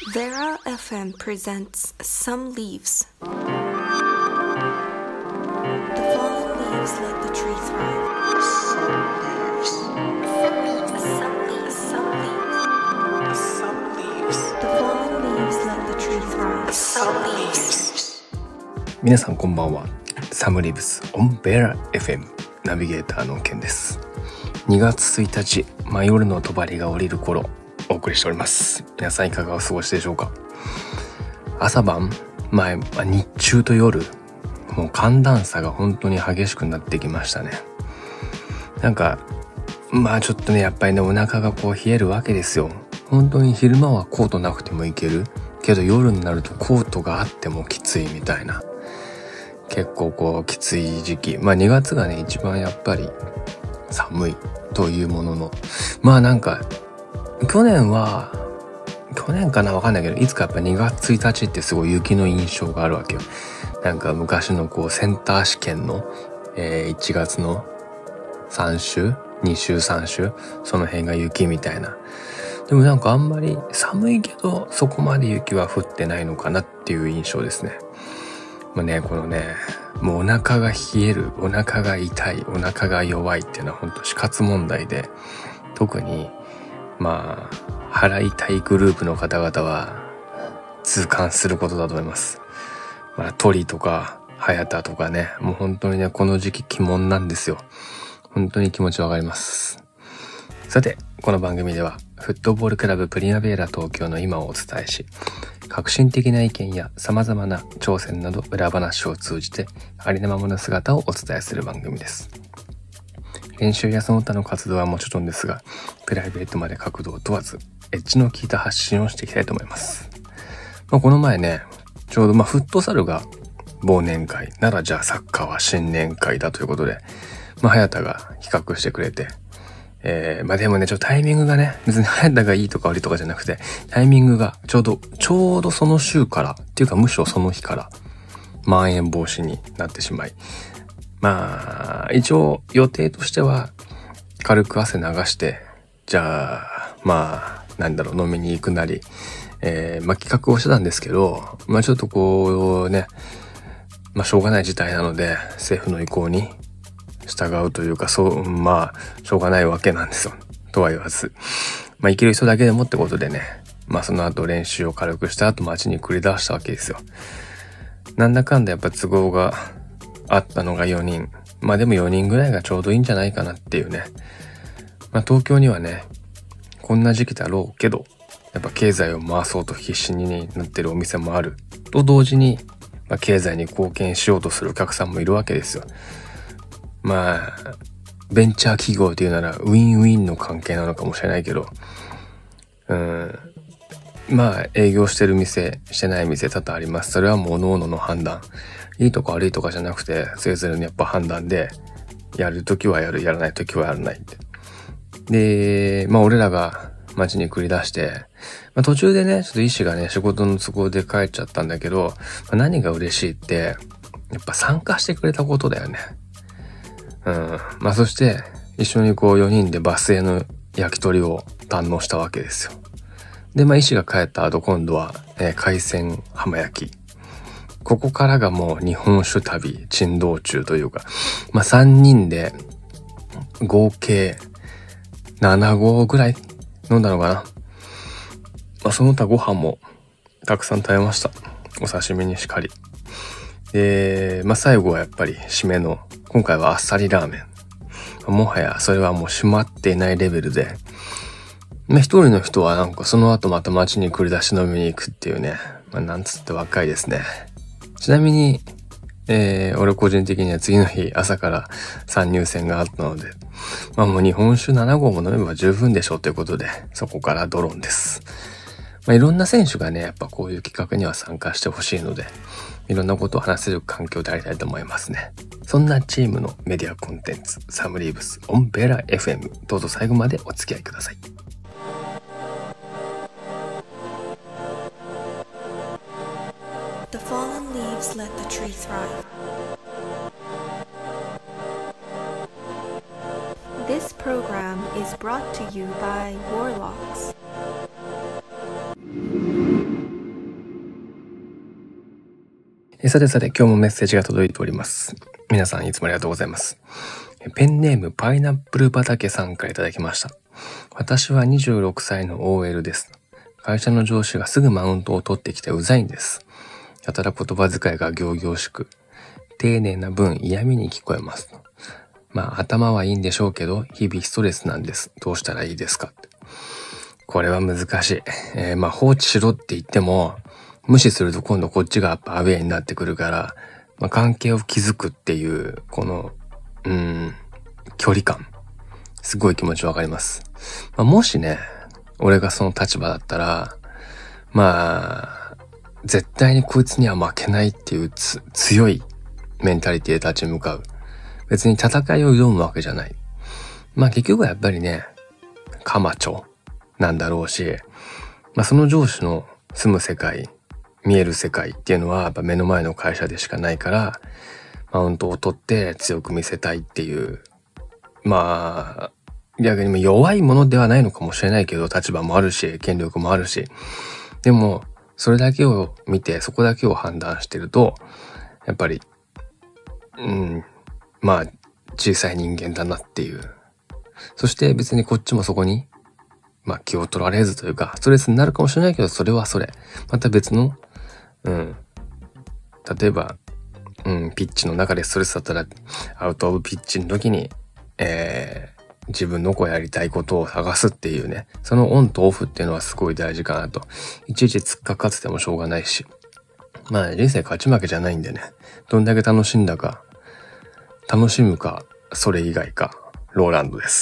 Vera FM presents Some Leaves. The fallen leaves let the tree thrive. Some leaves. The fallen leaves let the tree thrive. Some leaves. 皆さんこんばんは。サムリーブスオンベラ FM ナビゲーターのケンです。2月1日、夜の帳が降りる頃お送りしております。皆さんいかがお過ごしでしょうか。朝晩、日中と夜、もう寒暖差が本当に激しくなってきましたね。ちょっとね、やっぱりね、お腹がこう冷えるわけですよ。本当に昼間はコートなくてもいけるけど、夜になるとコートがあってもきついみたいな、結構こうきつい時期。2月がね、一番やっぱり寒いというものの、去年かな、わかんないけど、いつかやっぱ2月1日ってすごい雪の印象があるわけよ。昔のこうセンター試験の、1月の3週2週3週その辺が雪みたいな。でもあんまり寒いけどそこまで雪は降ってないのかなっていう印象ですね。このね、もうお腹が冷える、お腹が痛い、お腹が弱いっていうのは本当死活問題で、特に腹痛いグループの方々は痛感することだと思います。鳥とかハヤタとかね、もう本当にね、この時期鬼門なんですよ。本当に気持ちわかります。さて、この番組ではフットボールクラブプリマベーラ東京の今をお伝えし、革新的な意見や様々な挑戦など裏話を通じてありのままの姿をお伝えする番組です。練習やその他の活動はもちろんですが、プライベートまで角度を問わずエッジの効いた発信をしていきたいと思います。この前ね、ちょうどフットサルが忘年会なら、じゃあサッカーは新年会だということで、ハヤタが企画してくれて、でもね、タイミングがね、別にハヤタがいいとか悪いとかじゃなくて、タイミングがちょうどその週からっていうか、むしろその日からまん延防止になってしまい、一応予定としては軽く汗流して、じゃあ飲みに行くなり、企画をしてたんですけど、ちょっとこうね、しょうがない事態なので政府の意向に従うというか、しょうがないわけなんですよ。とは言わず、行ける人だけでもってことでね、その後練習を軽くした後街に繰り出したわけですよ。なんだかんだやっぱ都合があったのが4人。でも4人ぐらいがちょうどいいんじゃないかなっていうね。東京にはね、こんな時期だろうけど、やっぱ経済を回そうと必死になってるお店もあると同時に、経済に貢献しようとするお客さんもいるわけですよ。ベンチャー企業というならウィンウィンの関係なのかもしれないけど、営業してる店、してない店多々あります。それはもう各々の判断。いいとか悪いとかじゃなくて、それぞれのやっぱ判断で、やるときはやる、やらないときはやらないって。で、俺らが街に繰り出して、途中でね、ちょっと医師がね、仕事の都合で帰っちゃったんだけど、何が嬉しいって、やっぱ参加してくれたことだよね。そして、一緒にこう4人でバス停の焼き鳥を堪能したわけですよ。で、医師が帰った後、今度は、海鮮浜焼き。ここからがもう日本酒旅、珍道中というか、3人で合計7合ぐらい飲んだのかな。その他ご飯もたくさん食べました。お刺身にしかり。で、最後はやっぱり締めの、今回はあっさりラーメン。もはやそれはもう閉まっていないレベルで、一人の人はその後また街に繰り出し飲みに行くっていうね、なんつって若いですね。ちなみに、俺個人的には次の日朝から参入戦があったので、もう日本酒7合も飲めば十分でしょうということで、そこからドローンです。いろんな選手がね、やっぱこういう企画には参加してほしいので、いろんなことを話せる環境でありたいと思いますね。そんなチームのメディアコンテンツ、サムリーブスオンベラ FM、どうぞ最後までお付き合いください。 The fallen leaves let the tree thrive. This program is brought to you by Warlocks. さて今日もメッセージが届いております。皆さんいつもありがとうございます。ペンネームパイナップル畑さんからいただきました。私は26歳の OL です。会社の上司がすぐマウントを取ってきてうざいんです。やたら言葉遣いが仰々しく、丁寧な分嫌味に聞こえます。頭はいいんでしょうけど、日々ストレスなんです。どうしたらいいですか？これは難しい。放置しろって言っても、無視すると今度こっちがアウェイになってくるから、関係を築くっていう、この、距離感。すごい気持ちわかります。もしね、俺がその立場だったら、絶対にこいつには負けないっていう強いメンタリティで立ち向かう。別に戦いを挑むわけじゃない。結局はやっぱりね、カマチョなんだろうし、その上司の住む世界、見える世界っていうのはやっぱ目の前の会社でしかないから、マウントを取って強く見せたいっていう、逆に弱いものではないのかもしれないけど、立場もあるし、権力もあるし、でも、それだけを見て、そこだけを判断してると、やっぱり、小さい人間だなっていう。そして別にこっちもそこに、気を取られずというか、ストレスになるかもしれないけど、それはそれ。また別の、例えば、ピッチの中でストレスだったら、アウトオブピッチの時に、自分のやりたいことを探すっていうね、そのオンとオフっていうのはすごい大事かなと。いちいち突っかかっててもしょうがないし。人生勝ち負けじゃないんでね、どんだけ楽しむか、それ以外か、ローランドです。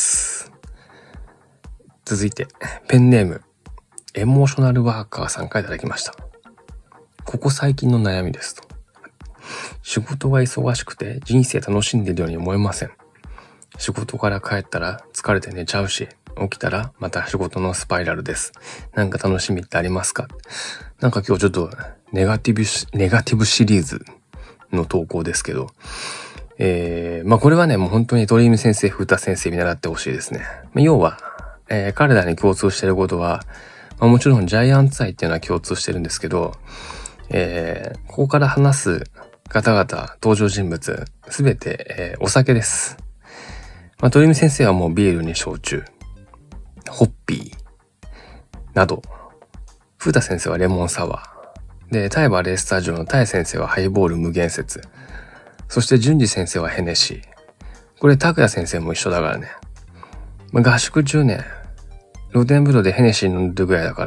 続いて、ペンネーム、エモーショナルワーカーさんからいただきました。ここ最近の悩みですと。仕事が忙しくて人生楽しんでいるように思えません。仕事から帰ったら疲れて寝ちゃうし、起きたらまた仕事のスパイラルです。なんか楽しみってありますか？今日ちょっとネガティブシリーズの投稿ですけど、これはね、もう本当に鳥海先生、風田先生見習ってほしいですね。要は、彼らに共通していることは、もちろんジャイアンツ愛っていうのは共通してるんですけど、ここから話す方々、登場人物、すべて、お酒です。鳥海先生はもうビールに焼酎、ホッピーなど、風田先生はレモンサワー、で、タイバレースタジオのタイ先生はハイボール無限節、そして淳二先生はヘネシー。これ拓也先生も一緒だからね。合宿中ね、露天風呂でヘネシー飲んでるぐらいだから、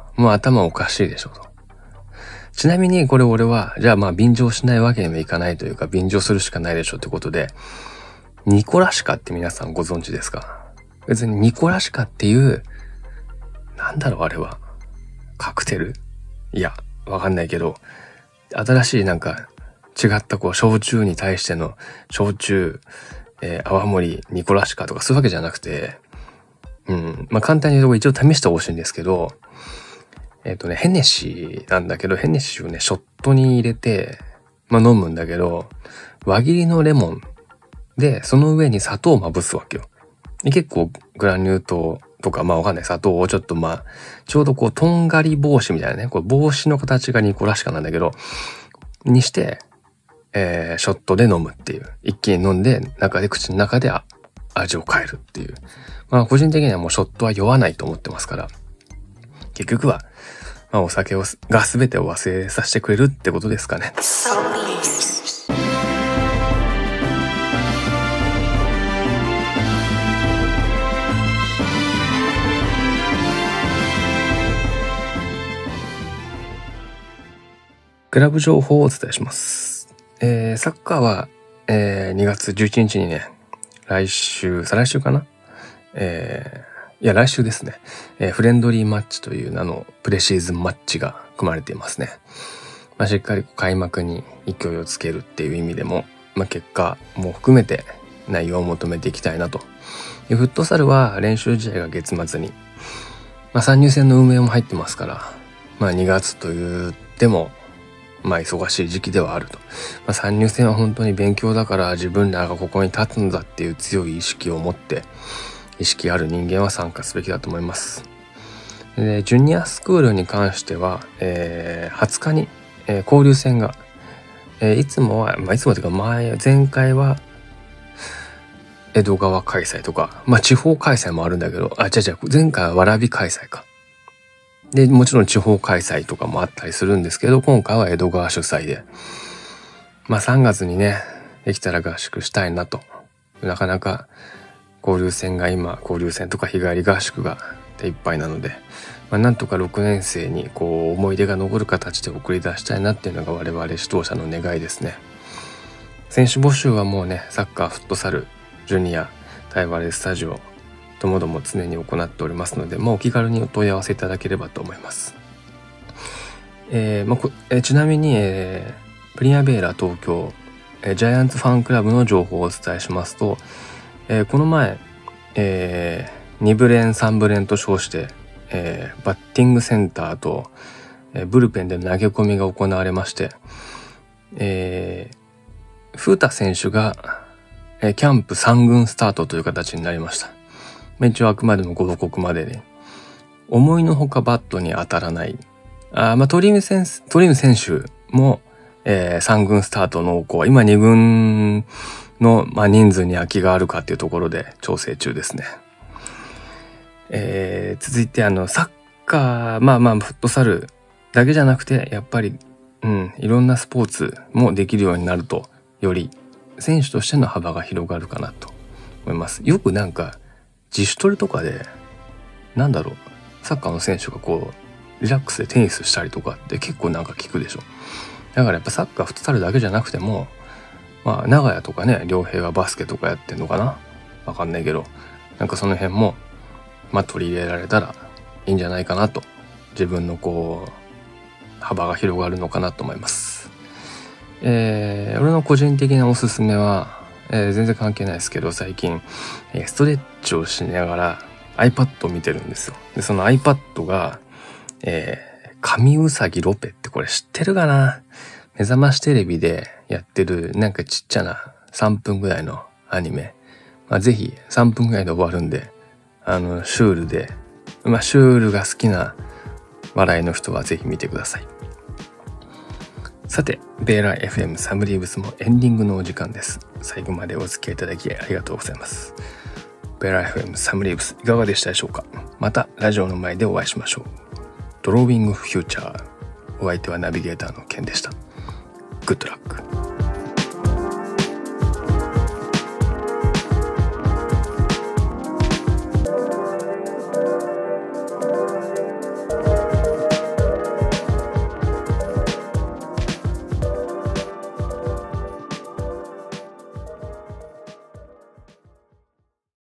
もう頭おかしいでしょと。ちなみにこれ俺は、じゃあ便乗しないわけにもいかないというか、便乗するしかないでしょってことで、ニコラシカって皆さんご存知ですか？別にニコラシカっていう、あれは。カクテル？いや、わかんないけど、新しい違った焼酎に対しての焼酎、泡盛、ニコラシカとかそういうわけじゃなくて、簡単に言うと一応試してほしいんですけど、ヘネシーなんだけど、ヘネシーをね、ショットに入れて、飲むんだけど、輪切りのレモンで、その上に砂糖をまぶすわけよ。で結構グラニュー糖とか、わかんない砂糖をちょっとちょうどとんがり帽子みたいなね、帽子の形がニコラシカなんだけど、にして、ショットで飲むっていう。一気に飲んで、口の中で味を変えるっていう。個人的にはもうショットは酔わないと思ってますから、結局は、お酒が全てを忘れさせてくれるってことですかね。クラブ情報をお伝えします。サッカーは、2月11日にね、再来週かな？来週ですね。フレンドリーマッチという名のプレシーズンマッチが組まれていますね。しっかり開幕に勢いをつけるっていう意味でも、結果も含めて内容を求めていきたいなと。フットサルは練習試合が月末に、参入戦の運営も入ってますから、2月と言っても、忙しい時期ではあると。参入戦は本当に勉強だから自分らがここに立つんだっていう強い意識を持って、意識ある人間は参加すべきだと思います。で、ジュニアスクールに関しては、20日に、交流戦がいつもは、いつもというか前回は江戸川開催とか、地方開催もあるんだけど、前回は蕨開催か。で、もちろん地方開催とかもあったりするんですけど、今回は江戸川主催で、3月にね、できたら合宿したいなと。なかなか交流戦とか日帰り合宿が手一杯なので、なんとか6年生に思い出が残る形で送り出したいなっていうのが我々指導者の願いですね。選手募集はもうね、サッカー、フットサル、ジュニア、タイバレースタジオともども常に行っておりますので、お気軽にお問い合わせいただければと思います。ちなみに、プリアベーラ東京、ジャイアンツファンクラブの情報をお伝えしますと、この前、2部練3部練と称して、バッティングセンターと、ブルペンでの投げ込みが行われまして、風太選手が、キャンプ3軍スタートという形になりました。一応あくまでもご報告までで、思いのほかバットに当たらない。鳥海選手も、3軍スタートの今2軍の、人数に空きがあるかっていうところで調整中ですね。続いてサッカー、フットサルだけじゃなくて、やっぱり、いろんなスポーツもできるようになると、より選手としての幅が広がるかなと思います。よく自主トレとかで、サッカーの選手がリラックスでテニスしたりとかって結構聞くでしょ。だからやっぱサッカー、フットサルだけじゃなくても、長屋とかね、良平がバスケとかやってんのかな？わかんないけど、その辺も、取り入れられたらいいんじゃないかなと、自分の幅が広がるのかなと思います。俺の個人的なおすすめは、全然関係ないですけど、最近、ストレッチをしながら iPad を見てるんですよ。で、その iPad が、神うさぎロペってこれ知ってるかな？目覚ましテレビでやってるちっちゃな3分ぐらいのアニメ。ぜひ3分ぐらいで終わるんで、シュールで、シュールが好きな笑いの人はぜひ見てください。さて、ベーラ FM サムリーブスもエンディングのお時間です。最後までお付き合いいただきありがとうございます。ベーラ FM サムリーブスいかがでしたでしょうか？またラジオの前でお会いしましょう。ドローイングフューチャー。お相手はナビゲーターのケンでした。グッドラック。